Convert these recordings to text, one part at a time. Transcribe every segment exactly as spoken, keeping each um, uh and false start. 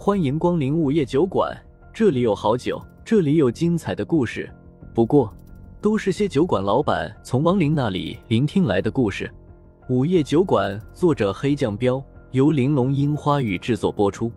欢迎光临午夜酒馆，这里有好酒，这里有精彩的故事。不过，都是些酒馆老板从亡灵那里聆听来的故事。午夜酒馆，作者黑酱标，由玲珑樱花雨制作播出。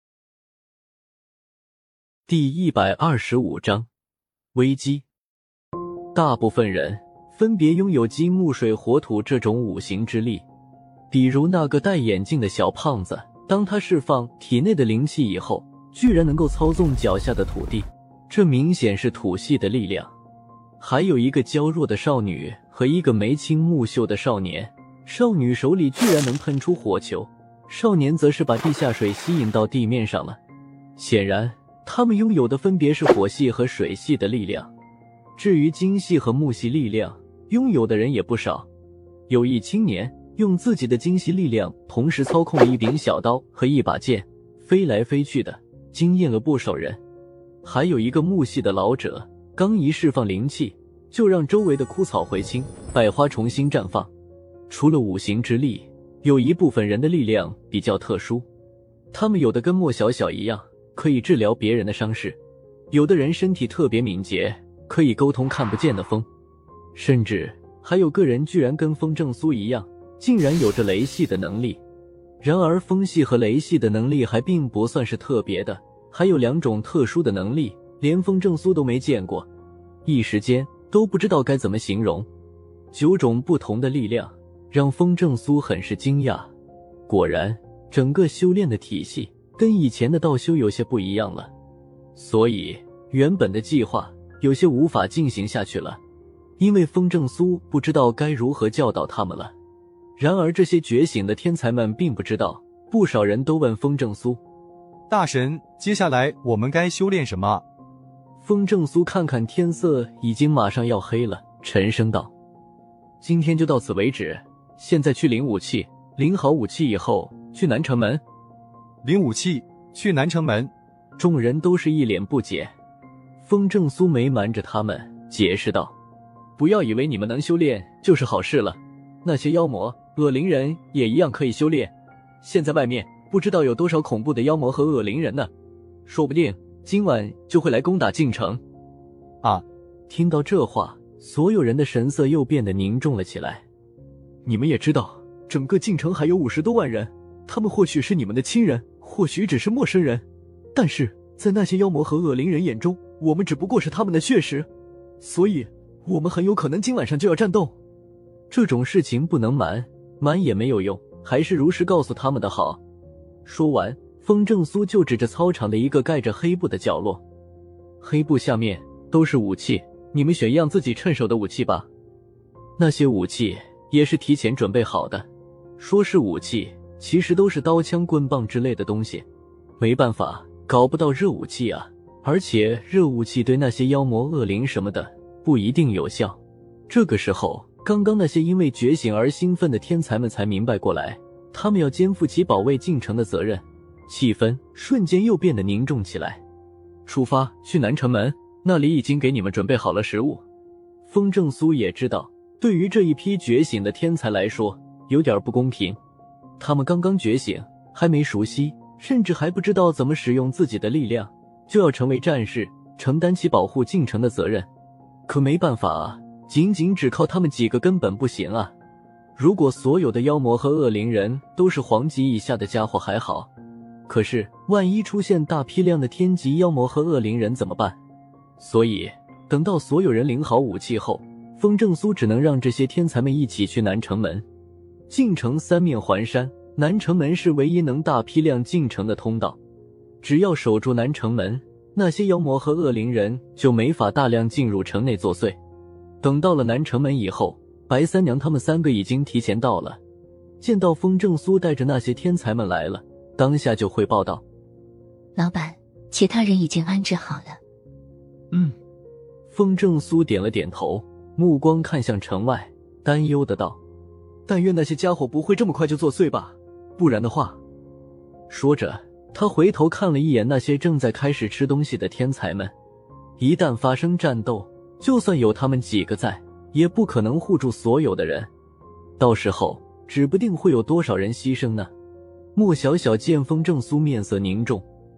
第一百二十五章，危机。大部分人分别拥有金木水火土这种五行之力，比如那个戴眼镜的小胖子，当他释放体内的灵气以后，居然能够操纵脚下的土地，这明显是土系的力量。还有一个娇弱的少女和一个眉清目秀的少年，少女手里居然能喷出火球，少年则是把地下水吸引到地面上了。显然他们拥有的分别是火系和水系的力量。至于金系和木系力量，拥有的人也不少。有一青年用自己的金系力量同时操控了一柄小刀和一把剑，飞来飞去的，惊艳了不少人。还有一个木系的老者，刚一释放灵气，就让周围的枯草回青，百花重新绽放。除了五行之力，有一部分人的力量比较特殊，他们有的跟莫小小一样，可以治疗别人的伤势，有的人身体特别敏捷，可以沟通看不见的风，甚至还有个人居然跟风正苏一样，竟然有着雷系的能力。然而风系和雷系的能力还并不算是特别的，还有两种特殊的能力，连风正苏都没见过，一时间都不知道该怎么形容。九种不同的力量让风正苏很是惊讶，果然整个修炼的体系跟以前的道修有些不一样了，所以原本的计划有些无法进行下去了，因为风正苏不知道该如何教导他们了。然而这些觉醒的天才们并不知道，不少人都问风正苏： 大神，接下来我们该修炼什么？ 风正苏看看天色已经马上要黑了，沉声道：今天就到此为止，现在去领武器，领好武器以后去南城门。 领武器去南城门？ 众人都是一脸不解。风正苏没瞒着他们，解释道：不要以为你们能修炼就是好事了，那些妖魔恶灵人也一样可以修炼，现在外面不知道有多少恐怖的妖魔和恶灵人呢，说不定今晚就会来攻打晋城。 啊！ 听到这话，所有人的神色又变得凝重了起来。你们也知道，整个晋城还有五十多万人，他们或许是你们的亲人，或许只是陌生人，但是在那些妖魔和恶灵人眼中，我们只不过是他们的血食，所以我们很有可能今晚上就要战斗。这种事情不能瞒，瞒也没有用，还是如实告诉他们的好。说完，风正苏就指着操场的一个盖着黑布的角落，黑布下面都是武器，你们选一样自己趁手的武器吧。那些武器也是提前准备好的，说是武器，其实都是刀枪棍棒之类的东西。没办法，搞不到热武器啊，而且热武器对那些妖魔恶灵什么的不一定有效。这个时候，刚刚那些因为觉醒而兴奋的天才们才明白过来，他们要肩负起保卫晋城的责任，气氛瞬间又变得凝重起来。出发去南城门，那里已经给你们准备好了食物。风正苏也知道，对于这一批觉醒的天才来说有点不公平，他们刚刚觉醒，还没熟悉，甚至还不知道怎么使用自己的力量，就要成为战士，承担起保护晋城的责任。可没办法啊，仅仅只靠他们几个根本不行啊。如果所有的妖魔和恶灵人都是黄级以下的家伙还好，可是万一出现大批量的天级妖魔和恶灵人怎么办？所以等到所有人领好武器后，风正苏只能让这些天才们一起去南城门。晋城三面环山，南城门是唯一能大批量进城的通道，只要守住南城门，那些妖魔和恶灵人就没法大量进入城内作祟。等到了南城门以后，白三娘他们三个已经提前到了，见到风正苏带着那些天才们来了，当下就汇报道： 老板，其他人已经安置好了。 嗯。风正苏点了点头，目光看向城外，担忧的道：但愿那些家伙不会这么快就作祟吧，不然的话。说着，他回头看了一眼那些正在开始吃东西的天才们，一旦发生战斗，就算有他们几个在，也不可能护住所有的人，到时候指不定会有多少人牺牲呢。莫小小见风正苏面色凝重，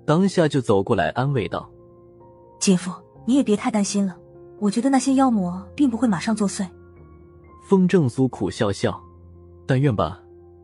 当下就走过来安慰道： 姐夫，你也别太担心了，我觉得那些妖魔并不会马上作祟。 风正苏苦笑笑，但愿吧。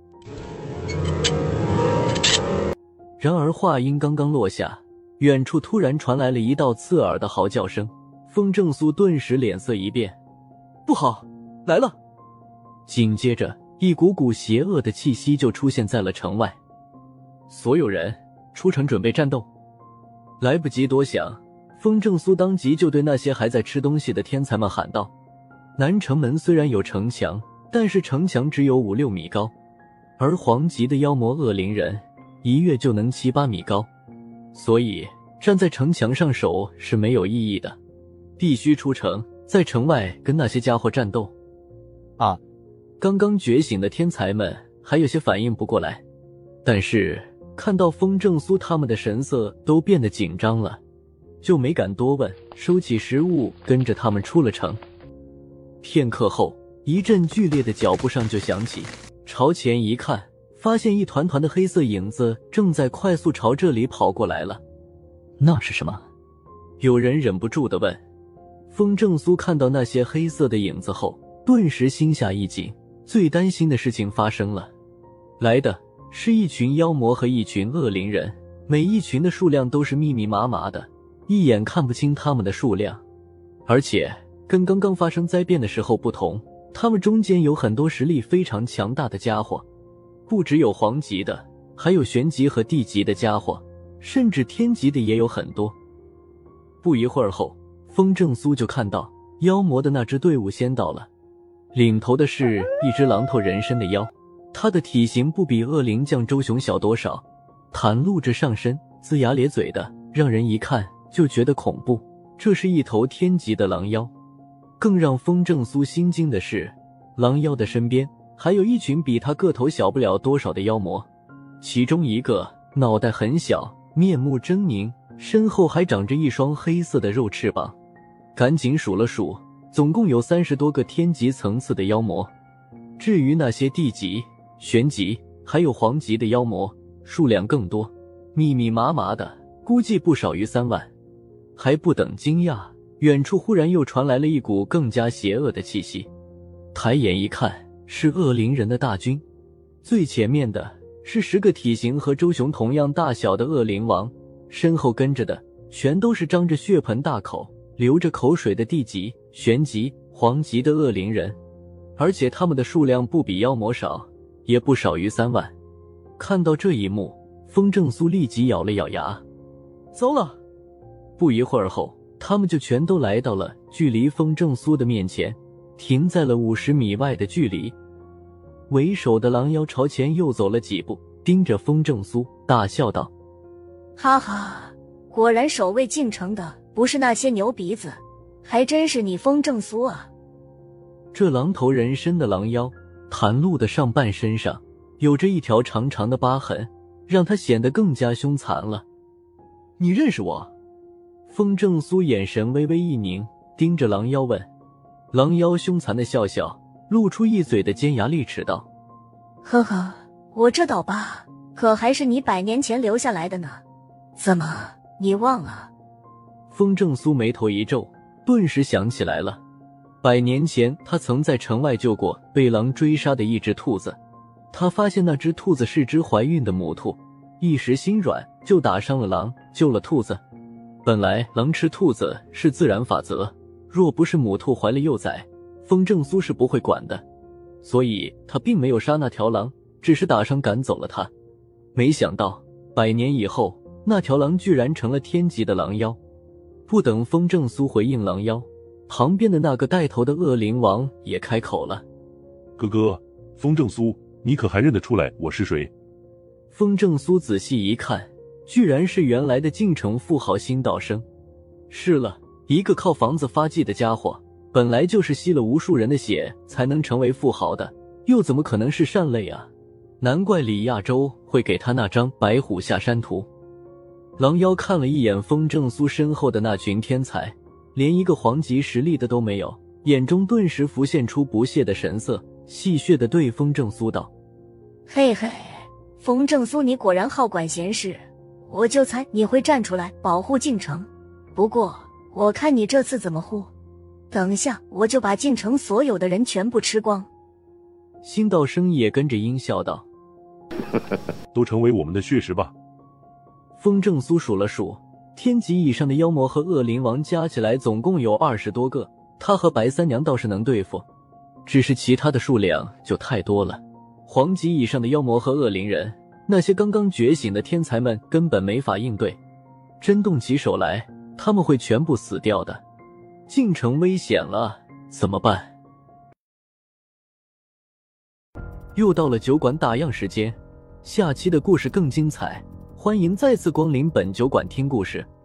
然而话音刚刚落下，远处突然传来了一道刺耳的嚎叫声，风正苏顿时脸色一变，不好，来了！紧接着一股股邪恶的气息就出现在了城外，所有人出城准备战斗。来不及多想，风正苏当即就对那些还在吃东西的天才们喊道：南城门虽然有城墙，但是城墙只有五六米高，而黄级的妖魔恶灵人一跃就能七八米高，所以站在城墙上守是没有意义的，必须出城，在城外跟那些家伙战斗。 啊！ 刚刚觉醒的天才们还有些反应不过来，但是看到风正苏他们的神色都变得紧张了，就没敢多问，收起食物跟着他们出了城。片刻后，一阵剧烈的脚步声就响起，朝前一看，发现一团团的黑色影子正在快速朝这里跑过来了。那是什么？有人忍不住地问。风正苏看到那些黑色的影子后，顿时心下一紧，最担心的事情发生了。来的是一群妖魔和一群恶灵人，每一群的数量都是密密麻麻的，一眼看不清他们的数量。而且跟刚刚发生灾变的时候不同，他们中间有很多实力非常强大的家伙，不只有黄级的，还有玄级和地级的家伙，甚至天级的也有很多。不一会儿后，风正苏就看到妖魔的那支队伍先到了，领头的是一只狼头人身的妖，他的体型不比恶灵将周雄小多少，袒露着上身，龇牙咧嘴的，让人一看就觉得恐怖。这是一头天级的狼妖。更让风正苏心惊的是，狼妖的身边还有一群比他个头小不了多少的妖魔，其中一个脑袋很小，面目狰狞，身后还长着一双黑色的肉翅膀。赶紧数了数，总共有三十多个天级层次的妖魔。至于那些地级、玄级还有黄级的妖魔，数量更多，密密麻麻的，估计不少于三万。还不等惊讶，远处忽然又传来了一股更加邪恶的气息。抬眼一看，是恶灵人的大军。最前面的是十个体型和周雄同样大小的恶灵王，身后跟着的全都是张着血盆大口流着口水的地级、玄级、黄级的恶灵人，而且他们的数量不比妖魔少，也不少于三万。看到这一幕，风正苏立即咬了咬牙，糟了！不一会儿后，他们就全都来到了距离风正苏的面前，停在了五十米外的距离。为首的狼妖朝前又走了几步，盯着风正苏大笑道： 哈哈，果然守卫进城的不是那些牛鼻子，还真是你风正苏啊。 这狼头人身的狼妖袒露的上半身上有着一条长长的疤痕，让他显得更加凶残了。你认识我？风正苏眼神微微一凝，盯着狼妖问。狼妖凶残的笑笑，露出一嘴的尖牙利齿道： 呵呵，我这倒罢，可还是你百年前留下来的呢，怎么你忘了？ 风正苏眉头一皱，顿时想起来了，百年前他曾在城外救过被狼追杀的一只兔子，他发现那只兔子是只怀孕的母兔，一时心软就打伤了狼，救了兔子。本来狼吃兔子是自然法则，若不是母兔怀了幼崽，风正苏是不会管的，所以他并没有杀那条狼，只是打伤赶走了它。没想到百年以后，那条狼居然成了天级的狼妖。不等风正苏回应狼妖，旁边的那个带头的恶灵王也开口了： 哥哥，风正苏，你可还认得出来我是谁？ 风正苏仔细一看，居然是原来的晋城富豪辛道生。是了，一个靠房子发迹的家伙，本来就是吸了无数人的血才能成为富豪的，又怎么可能是善类啊？难怪李亚洲会给他那张白虎下山图。狼妖看了一眼风正苏身后的那群天才，连一个黄级实力的都没有，眼中顿时浮现出不屑的神色，戏谑地对风正苏道： 嘿嘿，风正苏你果然好管闲事， 我就猜你会站出来保护晋城。不过我看你这次怎么护，等下我就把晋城所有的人全部吃光。 辛道生也跟着阴笑道： 都成为我们的血食吧。 风正苏数了数，天级以上的妖魔和恶灵王加起来总共有二十多个，他和白三娘倒是能对付，只是其他的数量就太多了。黄级以上的妖魔和恶灵人，那些刚刚觉醒的天才们根本没法应对，真动起手来他们会全部死掉的。晋城危险了，怎么办？又到了酒馆打烊时间，下期的故事更精彩，欢迎再次光临本酒馆听故事。